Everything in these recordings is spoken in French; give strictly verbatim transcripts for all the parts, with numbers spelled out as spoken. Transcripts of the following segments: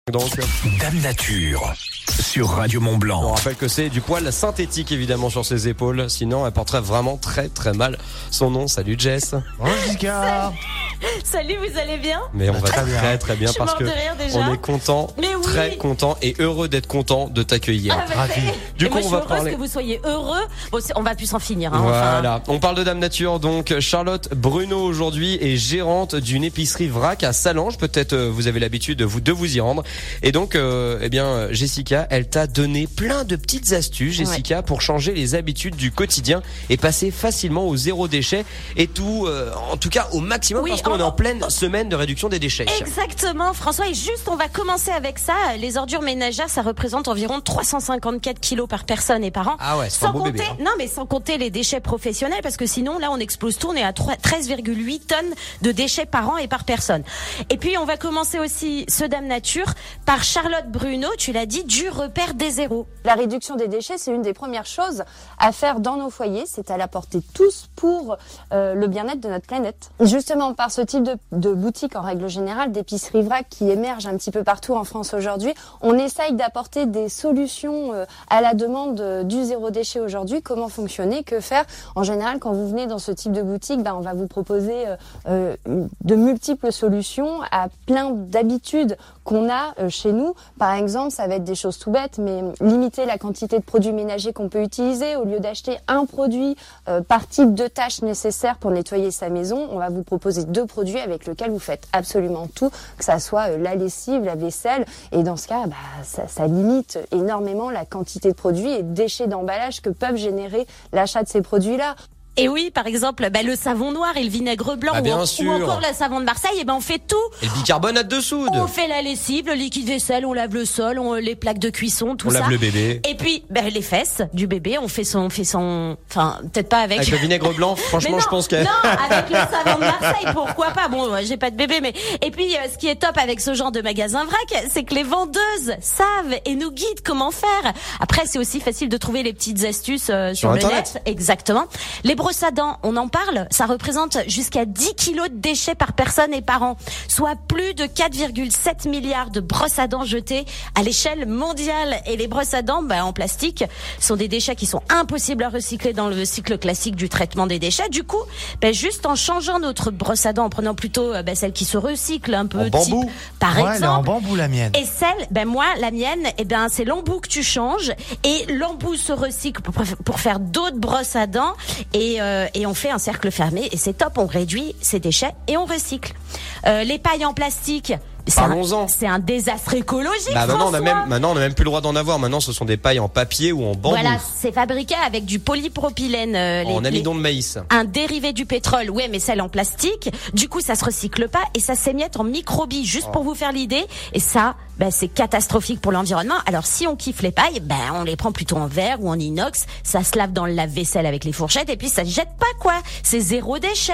Donc, Dame Nature sur Radio Mont Blanc. on rappelle que c'est du poil synthétique évidemment sur ses épaules, sinon elle porterait vraiment très très mal son nom. Salut Jess. Bonjour Jessica. Salut, vous allez bien? Mais on va Très très bien. très, très bien Je suis parce morte que de rire déjà. on est content, Mais oui. très content et heureux d'être content de t'accueillir. Ah, bah, Ravi. Du et coup, moi, on je suis va heureuse parler. que vous soyez heureux. Bon, c'est- on va plus s'en finir. Hein, enfin. Voilà, on parle de Dame Nature. Donc Charlotte Bruno aujourd'hui est gérante d'une épicerie vrac à Salange. Peut-être euh, vous avez l'habitude de vous de vous y rendre. Et donc, euh, eh bien, Jessica, elle t'a donné plein de petites astuces, Jessica, pour changer les habitudes du quotidien et passer facilement au zéro déchet et tout, euh, en tout cas au maximum, Oui, parce qu'on en- est en pleine semaine de réduction des déchets. Exactement, François. Et juste, on va commencer avec ça. Les ordures ménagères, ça représente environ trois cent cinquante-quatre kilos par personne et par an. Ah ouais, c'est un sans beau compter, bébé, hein. non, mais sans compter les déchets professionnels, parce que sinon, là, on explose tout. On est à treize virgule huit tonnes de déchets par an et par personne. Et puis, on va commencer aussi ce Dame Nature par Charlotte Bruno. Tu l'as dit, du repère des zéros. La réduction des déchets, c'est une des premières choses à faire dans nos foyers. C'est à la portée de tous pour euh, le bien-être de notre planète. Et justement, par ce type de, de boutique, en règle générale, d'épicerie vrac qui émerge un petit peu partout en France aujourd'hui, on essaye d'apporter des solutions euh, à la demande euh, du zéro déchet aujourd'hui. Comment fonctionner, que faire? En général, quand vous venez dans ce type de boutique, ben, on va vous proposer euh, euh, de multiples solutions à plein d'habitudes qu'on a euh, chez nous. Par exemple, ça va être des choses tout bêtes, mais limiter la quantité de produits ménagers qu'on peut utiliser. Au lieu d'acheter un produit euh, par type de tâche nécessaire pour nettoyer sa maison, on va vous proposer deux produits avec lesquels vous faites absolument tout, que ça soit euh, la lessive, la vaisselle. Et dans ce cas, bah, ça, ça limite énormément la quantité de produits et de déchets d'emballage que peuvent générer l'achat de ces produits-là. Et oui, par exemple, bah, le savon noir et le vinaigre blanc, Ah, ou, bien en- sûr. ou encore la savon de Marseille, et ben on fait tout. Et le bicarbonate de soude. On fait la lessive, le liquide vaisselle, on lave le sol, on, les plaques de cuisson, tout On ça. lave le bébé. Et puis, ben, les fesses du bébé, on fait son, on fait son, enfin, peut-être pas avec. Avec le vinaigre blanc, Mais franchement, non, je pense que... non, avec le savon de Marseille, pourquoi pas. Bon, j'ai pas de bébé, mais et puis, euh, ce qui est top avec ce genre de magasin vrac, c'est que les vendeuses savent et nous guident comment faire. Après, c'est aussi facile de trouver les petites astuces euh, sur, Sur le Internet. net. Exactement. Les brosses à dents, on en parle. Ça représente jusqu'à dix kilos de déchets par personne et par an, soit plus de quatre virgule sept milliards de brosses à dents jetées à l'échelle mondiale. Et les brosses à dents, bah, en plastique, sont des déchets qui sont impossibles à recycler dans le cycle classique du traitement des déchets. Du coup, bah, juste en changeant notre brosse à dents, en prenant plutôt bah, celle qui se recycle un peu, En type, bambou. par Ouais, elle est en exemple. bambou la mienne. Et celle, ben moi, la mienne, eh ben c'est l'embout que tu changes et l'embout se recycle pour, pour faire d'autres brosses à dents et, euh, et on fait un cercle fermé et c'est top, on réduit ces déchets et on recycle. Euh, les pailles en plastique. C'est un, Parlons-en. c'est un désastre écologique. Bah maintenant on a François. même maintenant on a même plus le droit d'en avoir. Maintenant ce sont des pailles en papier ou en bambou, Voilà, c'est fabriqué avec du polypropylène. euh, les- en les- amidon de maïs. un dérivé du pétrole, ouais, mais celle en plastique. Du coup, ça se recycle pas et ça s'émiette en microbilles, juste Oh. pour vous faire l'idée. Et ça, ben, c'est catastrophique pour l'environnement. Alors, si on kiffe les pailles, ben, on les prend plutôt en verre ou en inox. Ça se lave dans le lave-vaisselle avec les fourchettes et puis ça se jette pas, quoi. C'est zéro déchet.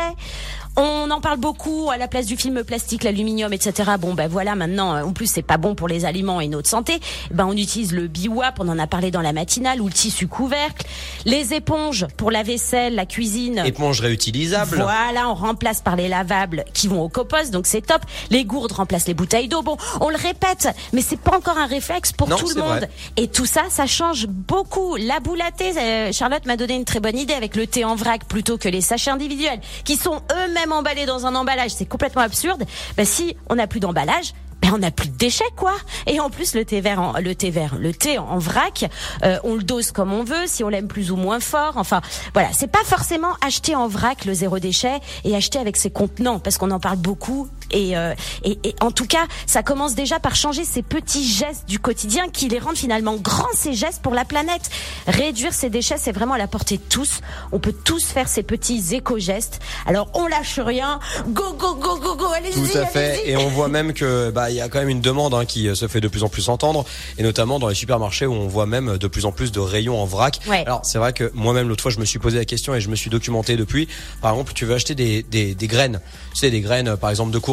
On en parle beaucoup à la place du film plastique, l'aluminium, et cetera. Bon, ben voilà, maintenant, en plus, c'est pas bon pour les aliments et notre santé. Ben, on utilise le biwap, on en a parlé dans la matinale, ou le tissu couvercle. Les éponges pour la vaisselle, la cuisine. Éponge réutilisable. Voilà, on remplace par les lavables qui vont au compost, donc c'est top. Les gourdes remplacent les bouteilles d'eau. Bon, on le répète, mais c'est pas encore un réflexe pour Non, tout le c'est monde. vrai. Et tout ça, ça change beaucoup. La boule à thé, euh, Charlotte m'a donné une très bonne idée avec le thé en vrac plutôt que les sachets individuels qui sont eux-mêmes emballés dans un emballage. C'est complètement absurde. Ben, si on n'a plus d'emballage, ben on n'a plus de déchets, quoi. Et en plus, le thé vert, en, le thé vert, le thé en vrac, euh, on le dose comme on veut, si on l'aime plus ou moins fort. Enfin, voilà, c'est pas forcément acheter en vrac le zéro déchet et acheter avec ses contenants, parce qu'on en parle beaucoup. Et, euh, et, et en tout cas, ça commence déjà par changer ces petits gestes du quotidien qui les rendent finalement grands, ces gestes pour la planète. Réduire ces déchets, c'est vraiment à la portée de tous. On peut tous faire ces petits éco-gestes. Alors, on lâche rien. Go, go, go, go, go, allez-y, Tout à fait. allez-y. Et on voit même que bah il y a quand même une demande hein, qui se fait de plus en plus entendre, et notamment dans les supermarchés où on voit même de plus en plus de rayons en vrac. Ouais. Alors c'est vrai que moi-même l'autre fois je me suis posé la question et je me suis documenté depuis. Par exemple, tu veux acheter des des, des graines, tu sais des graines par exemple de courge.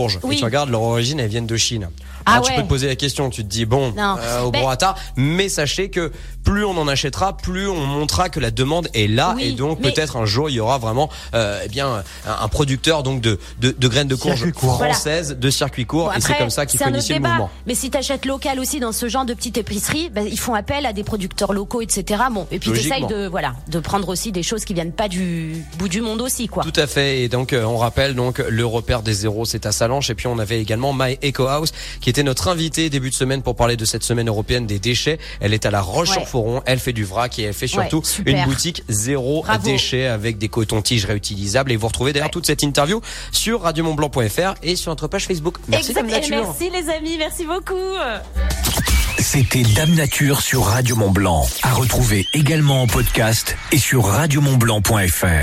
courges. Oui. Et tu regardes leur origine, elles viennent de Chine. Ah Alors, ouais. tu peux te poser la question, tu te dis bon, euh, au ben, prorata, mais sachez que plus on en achètera, plus on montrera que la demande est là, oui, et donc mais... peut-être un jour il y aura vraiment, euh, eh bien, un, un producteur donc de de, de graines de courges françaises, voilà. de circuit court, bon, après, et c'est comme ça qu'il faut initier le mouvement. Mais si t'achètes local aussi dans ce genre de petite épicerie, ben, ils font appel à des producteurs locaux, et cetera. Bon, et puis t'essayes de voilà de prendre aussi des choses qui viennent pas du bout du monde aussi, quoi. Tout à fait. Et donc euh, on rappelle donc le repère des zéros, c'est à Sallanches, et puis on avait également My Eco House qui était notre invitée début de semaine pour parler de cette semaine européenne des déchets. Elle est à La Roche-sur-Foron, ouais. elle fait du vrac et elle fait surtout ouais, une boutique zéro Bravo. déchet avec des cotons-tiges réutilisables. Et vous retrouvez d'ailleurs ouais. toute cette interview sur radio mont blanc point f r et sur notre page Facebook. Merci Dame Nature. Merci les amis, merci beaucoup. C'était Dame Nature sur Radio Mont Blanc, à retrouver également en podcast et sur radio mont blanc point f r.